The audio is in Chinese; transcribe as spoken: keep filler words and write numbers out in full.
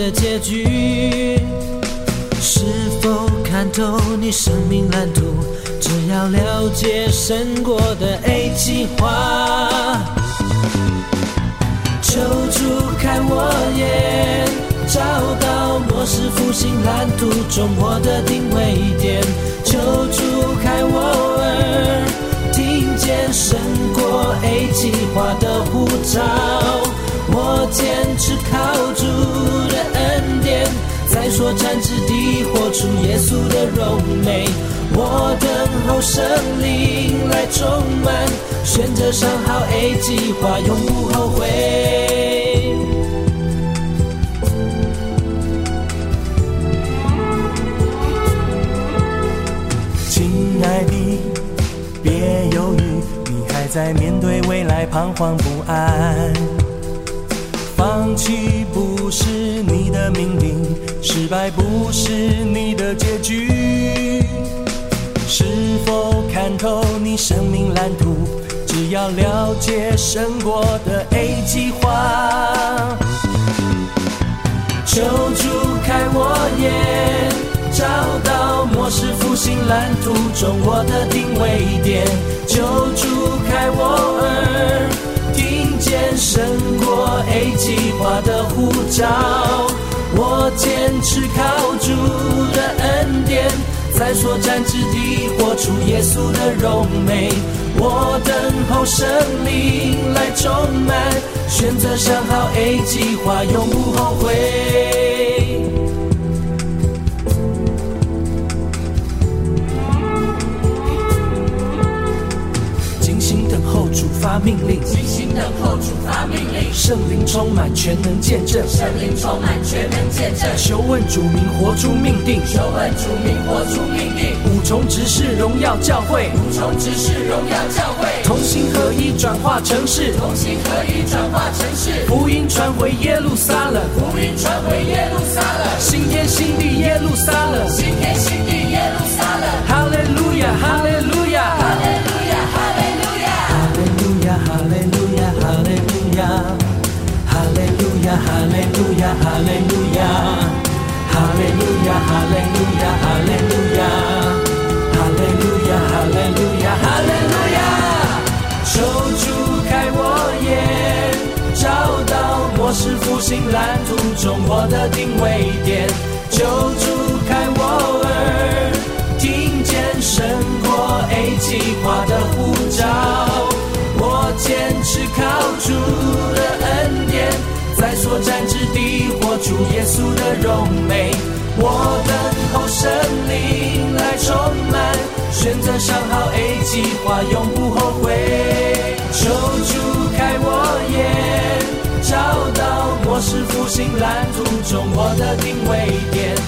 的结局。是否看透你生命蓝图？只要了解神国的 A 计划。求主开我眼，找到末世复兴蓝图中我的定位点。求主开我耳，听见神国 A 计划的呼召。我坚持靠主的恩典，在所占之地活出耶稣的荣美。我等候圣灵来充满，选择上好 A 计划，永不后悔。 亲爱的，别犹豫，你还在面对未来彷徨不安。放弃不是你的命令，失败不是你的结局。是否看透你生命蓝图？只要了解神国的 A 计划。 求主开我眼，找到末世复兴蓝图中我的定位点。求主开我耳，听见神国 A 计划的呼召。我坚持靠主的恩典，在所占之地活出耶稣的荣美。我等候圣灵来充满，选择上好 A 计划，永不后悔。静心等候主发命令， 静心等候主发命令， 圣灵充满全能见证， 圣灵充满全能见证， 求问主名活出命定， 求问主名活出命定， 五重执事荣耀教会， 五重执事荣耀教会， 同心合一转化城市， 同心合一转化城市， 福音传回耶路撒冷， 福音传回耶路撒冷， 新天新地耶路撒冷， 新天新地耶路撒冷， 哈利路亚哈利路亚哈利路亚哈利路亚哈利路亚哈利路亚哈利路亚哈利路亚哈利路亚哈利路亚哈利路亚哈利路亚哈利路亚哈利路亚哈利路亚。求主开我眼，找到末世复兴蓝图中我的定位点。求主开我耳，听见神国 A 计划的呼召。我坚持靠主的恩典，在所占之地活出耶稣的荣美。我等候圣灵来充满，选择上好 A 计划，永不后悔。求主开我眼，找到末世复兴蓝图中我的定位点。